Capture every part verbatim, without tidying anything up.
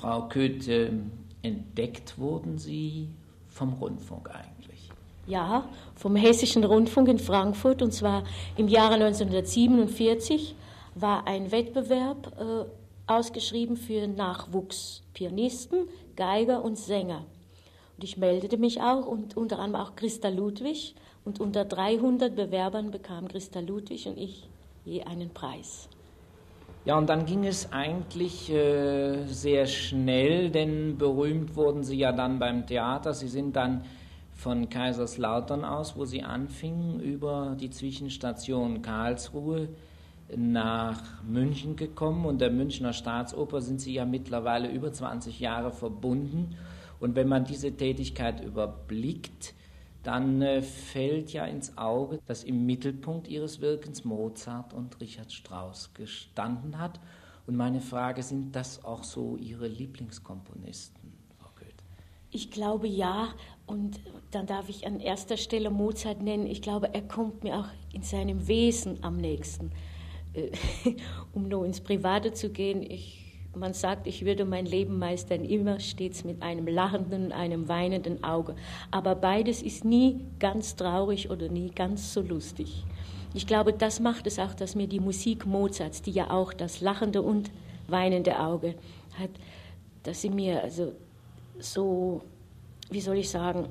Frau Köth, äh, entdeckt wurden Sie vom Rundfunk eigentlich? Ja, vom Hessischen Rundfunk in Frankfurt, und zwar im Jahre neunzehnhundertsiebenundvierzig war ein Wettbewerb äh, ausgeschrieben für Nachwuchspianisten, Geiger und Sänger. Und ich meldete mich auch, und unter anderem auch Christa Ludwig, und unter dreihundert Bewerbern bekam Christa Ludwig und ich je einen Preis. Ja, und dann ging es eigentlich äh, sehr schnell, denn berühmt wurden Sie ja dann beim Theater. Sie sind dann von Kaiserslautern aus, wo Sie anfingen, über die Zwischenstation Karlsruhe nach München gekommen. Und der Münchner Staatsoper sind Sie ja mittlerweile über zwanzig Jahre verbunden. Und wenn man diese Tätigkeit überblickt, dann äh, fällt ja ins Auge, dass im Mittelpunkt Ihres Wirkens Mozart und Richard Strauss gestanden hat. Und meine Frage, sind das auch so Ihre Lieblingskomponisten, Frau Köth? Ich glaube ja, und dann darf ich an erster Stelle Mozart nennen. Ich glaube, er kommt mir auch in seinem Wesen am nächsten. Äh, um nur ins Private zu gehen, ich Man sagt, ich würde mein Leben meistern, immer stets mit einem lachenden, einem weinenden Auge. Aber beides ist nie ganz traurig oder nie ganz so lustig. Ich glaube, das macht es auch, dass mir die Musik Mozarts, die ja auch das lachende und weinende Auge hat, dass sie mir also so, wie soll ich sagen,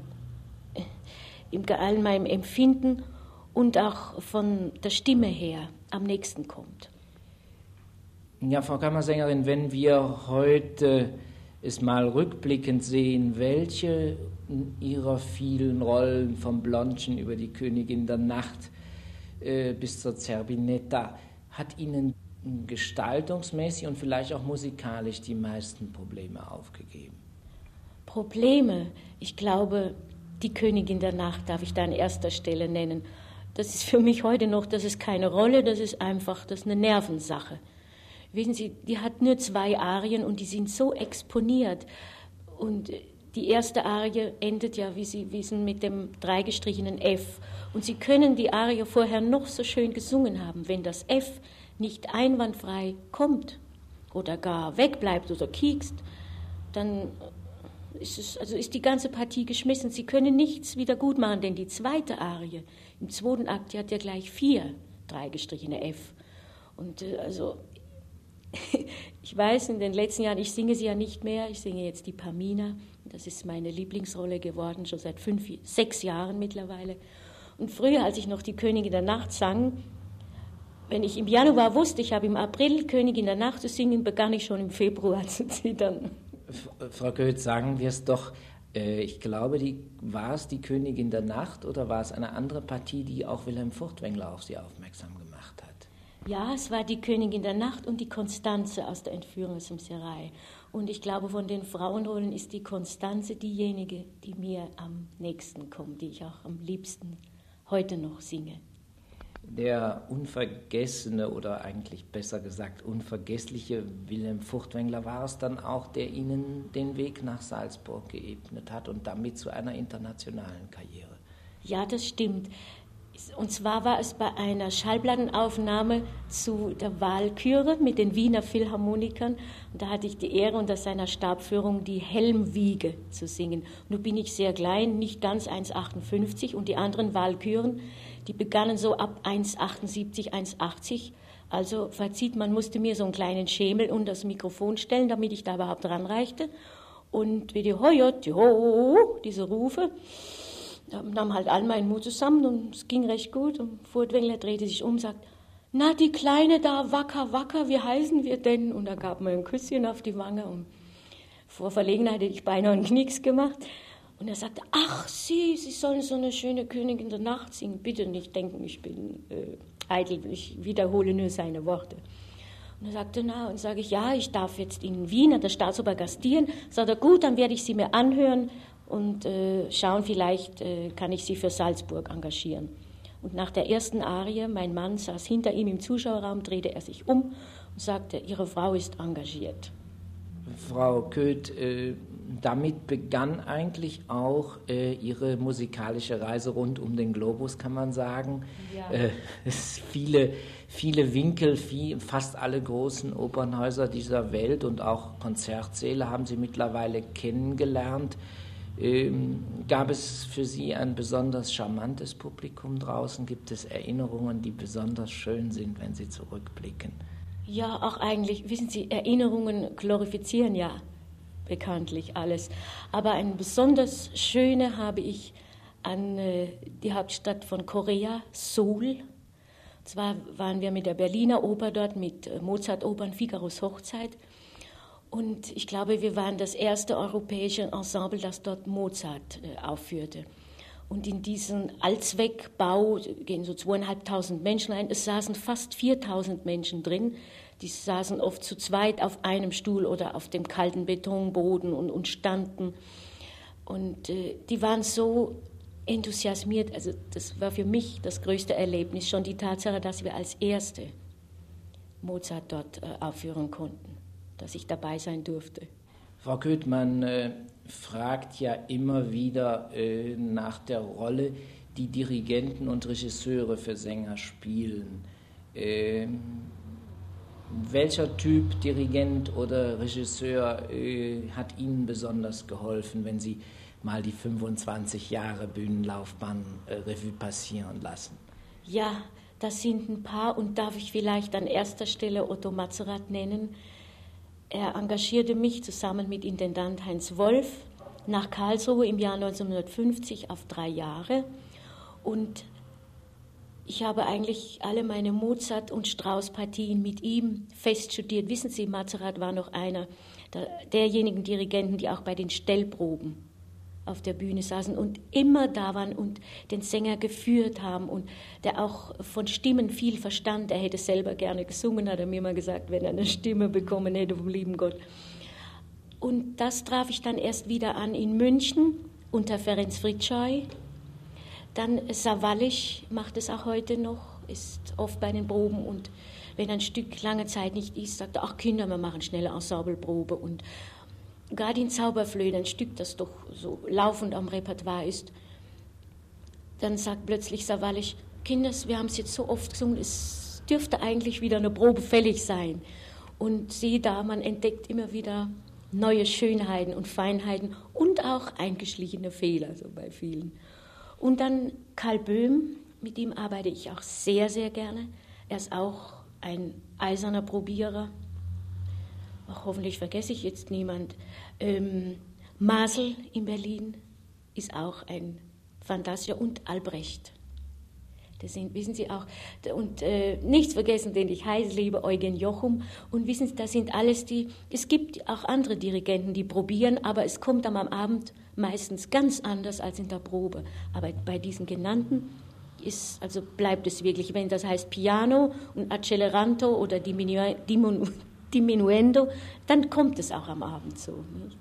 in allem meinem Empfinden und auch von der Stimme her am nächsten kommt. Ja, Frau Kammersängerin, wenn wir heute es mal rückblickend sehen, welche Ihrer vielen Rollen vom Blondchen über die Königin der Nacht äh, bis zur Zerbinetta hat Ihnen gestaltungsmäßig und vielleicht auch musikalisch die meisten Probleme aufgegeben? Probleme? Ich glaube, die Königin der Nacht darf ich da an erster Stelle nennen. Das ist für mich heute noch, das ist keine Rolle, das ist einfach, das ist eine Nervensache. Wissen Sie, die hat nur zwei Arien und die sind so exponiert. Und die erste Arie endet ja, wie Sie wissen, mit dem dreigestrichenen F. Und Sie können die Arie vorher noch so schön gesungen haben. Wenn das F nicht einwandfrei kommt oder gar wegbleibt oder kiekst, dann ist, es, also ist die ganze Partie geschmissen. Sie können nichts wieder gut machen, denn die zweite Arie im zweiten Akt, die hat ja gleich vier dreigestrichene F. Und äh, also... Ich weiß, in den letzten Jahren, ich singe sie ja nicht mehr, ich singe jetzt die Pamina, das ist meine Lieblingsrolle geworden, schon seit fünf, sechs Jahren mittlerweile. Und früher, als ich noch die Königin der Nacht sang, wenn ich im Januar wusste, ich habe im April Königin der Nacht zu singen, begann ich schon im Februar zu zittern. Frau Köth, sagen wir es doch, äh, ich glaube, die, war es die Königin der Nacht oder war es eine andere Partie, die auch Wilhelm Furtwängler auf Sie aufmerksam gemacht hat? Ja, es war die Königin der Nacht und die Konstanze aus der Entführung aus dem Serail. Und ich glaube, von den Frauenrollen ist die Konstanze diejenige, die mir am nächsten kommt, die ich auch am liebsten heute noch singe. Der unvergessene oder eigentlich besser gesagt unvergessliche Wilhelm Furtwängler war es dann auch, der Ihnen den Weg nach Salzburg geebnet hat und damit zu einer internationalen Karriere. Ja, das stimmt. Und zwar war es bei einer Schallplattenaufnahme zu der Walküre mit den Wiener Philharmonikern. Und da hatte ich die Ehre, unter seiner Stabführung die Helmwiege zu singen. Nun bin ich sehr klein, nicht ganz eins Komma achtundfünfzig. Und die anderen Walküren, die begannen so ab eins Komma achtundsiebzig, eins Komma achtzig. Also verzieht, man musste mir so einen kleinen Schemel unter das Mikrofon stellen, damit ich da überhaupt ranreichte. Und wie die Hojot, die Ho, diese Rufe, da nahm halt all meinen Mut zusammen und es ging recht gut. Und Furtwängler drehte sich um und sagt, na, die Kleine da, wacker, wacker, wie heißen wir denn? Und da gab mir ein Küsschen auf die Wange und vor Verlegenheit hätte ich beinahe einen Knicks gemacht. Und er sagte, ach, Sie, Sie sollen so eine schöne Königin der Nacht singen. Bitte nicht denken, ich bin äh, eitel, ich wiederhole nur seine Worte. Und er sagte, na, und sage ich, ja, ich darf jetzt in Wien an der Staatsoper gastieren. Sagt er, gut, dann werde ich Sie mir anhören und äh, schauen, vielleicht äh, kann ich Sie für Salzburg engagieren. Und nach der ersten Arie, mein Mann saß hinter ihm im Zuschauerraum, drehte er sich um und sagte, Ihre Frau ist engagiert. Frau Köth, äh, damit begann eigentlich auch äh, Ihre musikalische Reise rund um den Globus, kann man sagen. Ja. Äh, es, viele, viele Winkel, viel, fast alle großen Opernhäuser dieser Welt und auch Konzertsäle haben Sie mittlerweile kennengelernt. Ähm, gab es für Sie ein besonders charmantes Publikum draußen? Gibt es Erinnerungen, die besonders schön sind, wenn Sie zurückblicken? Ja, auch eigentlich, wissen Sie, Erinnerungen glorifizieren ja bekanntlich alles. Aber eine besonders schöne habe ich an äh, die Hauptstadt von Korea, Seoul. Und zwar waren wir mit der Berliner Oper dort, mit äh, Mozart-Opern, Figaros Hochzeit. Und ich glaube, wir waren das erste europäische Ensemble, das dort Mozart äh, aufführte. Und in diesen Allzweckbau gehen so zweieinhalbtausend Menschen ein. Es saßen fast viertausend Menschen drin. Die saßen oft zu zweit auf einem Stuhl oder auf dem kalten Betonboden und, und standen. Und äh, die waren so enthusiasmiert. Also das war für mich das größte Erlebnis, schon die Tatsache, dass wir als Erste Mozart dort äh, aufführen konnten, dass ich dabei sein durfte. Frau Köth, man äh, fragt ja immer wieder äh, nach der Rolle, die Dirigenten und Regisseure für Sänger spielen. Äh, welcher Typ Dirigent oder Regisseur äh, hat Ihnen besonders geholfen, wenn Sie mal die fünfundzwanzig Jahre Bühnenlaufbahn äh, Revue passieren lassen? Ja, das sind ein paar und darf ich vielleicht an erster Stelle Otto Mazzarat nennen. Er engagierte mich zusammen mit Intendant Heinz Wolf nach Karlsruhe im Jahr neunzehnhundertfünfzig auf drei Jahre. Und ich habe eigentlich alle meine Mozart- und Strauss-Partien mit ihm fest studiert. Wissen Sie, Mazzarat war noch einer der, derjenigen Dirigenten, die auch bei den Stellproben auf der Bühne saßen und immer da waren und den Sänger geführt haben und der auch von Stimmen viel verstand. Er hätte selber gerne gesungen, hat er mir mal gesagt, wenn er eine Stimme bekommen hätte vom lieben Gott. Und das traf ich dann erst wieder an in München unter Ferenc Fricsay. Dann Sawallisch macht es auch heute noch, ist oft bei den Proben und wenn ein Stück lange Zeit nicht ist, sagt er, ach Kinder, wir machen schnelle Ensembleprobe und gerade in Zauberflöte, ein Stück, das doch so laufend am Repertoire ist, dann sagt plötzlich Sawallisch, Kinders, wir haben es jetzt so oft gesungen, es dürfte eigentlich wieder eine Probe fällig sein. Und siehe da, man entdeckt immer wieder neue Schönheiten und Feinheiten und auch eingeschlichene Fehler, so bei vielen. Und dann Karl Böhm, mit ihm arbeite ich auch sehr, sehr gerne. Er ist auch ein eiserner Probierer. Ach, hoffentlich vergesse ich jetzt niemand. Ähm, Masel in Berlin ist auch ein fantastischer und Albrecht. Das sind, wissen Sie auch, und äh, nichts vergessen, den ich heiß liebe, Eugen Jochum. Und wissen Sie, das sind alles die, es gibt auch andere Dirigenten, die probieren, aber es kommt dann am Abend meistens ganz anders als in der Probe. Aber bei diesen genannten ist, also bleibt es wirklich, wenn das heißt Piano und Acceleranto oder Diminu- Diminu- Diminuendo, dann kommt es auch am Abend so. Nicht?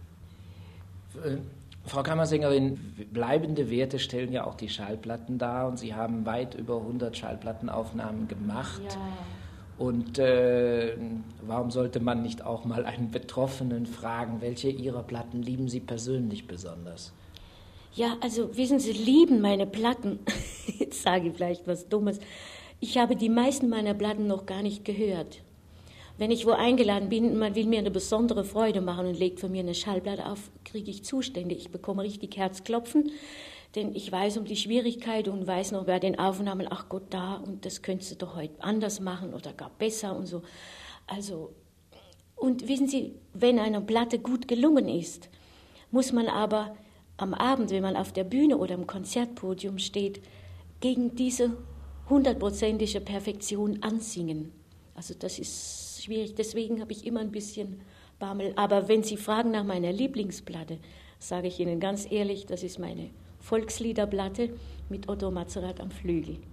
Frau Kammersängerin, bleibende Werte stellen ja auch die Schallplatten dar und Sie haben weit über hundert Schallplattenaufnahmen gemacht. Ja. Und äh, warum sollte man nicht auch mal einen Betroffenen fragen, welche Ihrer Platten lieben Sie persönlich besonders? Ja, also wissen Sie, lieben meine Platten. Jetzt sage ich vielleicht was Dummes. Ich habe die meisten meiner Platten noch gar nicht gehört. Wenn ich wo eingeladen bin, man will mir eine besondere Freude machen und legt von mir eine Schallplatte auf, kriege ich Zustände. Ich bekomme richtig Herzklopfen, denn ich weiß um die Schwierigkeit und weiß noch bei den Aufnahmen, ach Gott, da und das könntest du doch heute anders machen oder gar besser und so. Also, und wissen Sie, wenn eine Platte gut gelungen ist, muss man aber am Abend, wenn man auf der Bühne oder am Konzertpodium steht, gegen diese hundertprozentige Perfektion ansingen. Also das ist schwierig, deswegen habe ich immer ein bisschen Bammel. Aber wenn Sie fragen nach meiner Lieblingsplatte, sage ich Ihnen ganz ehrlich, das ist meine Volksliederplatte mit Otto Mazzarat am Flügel.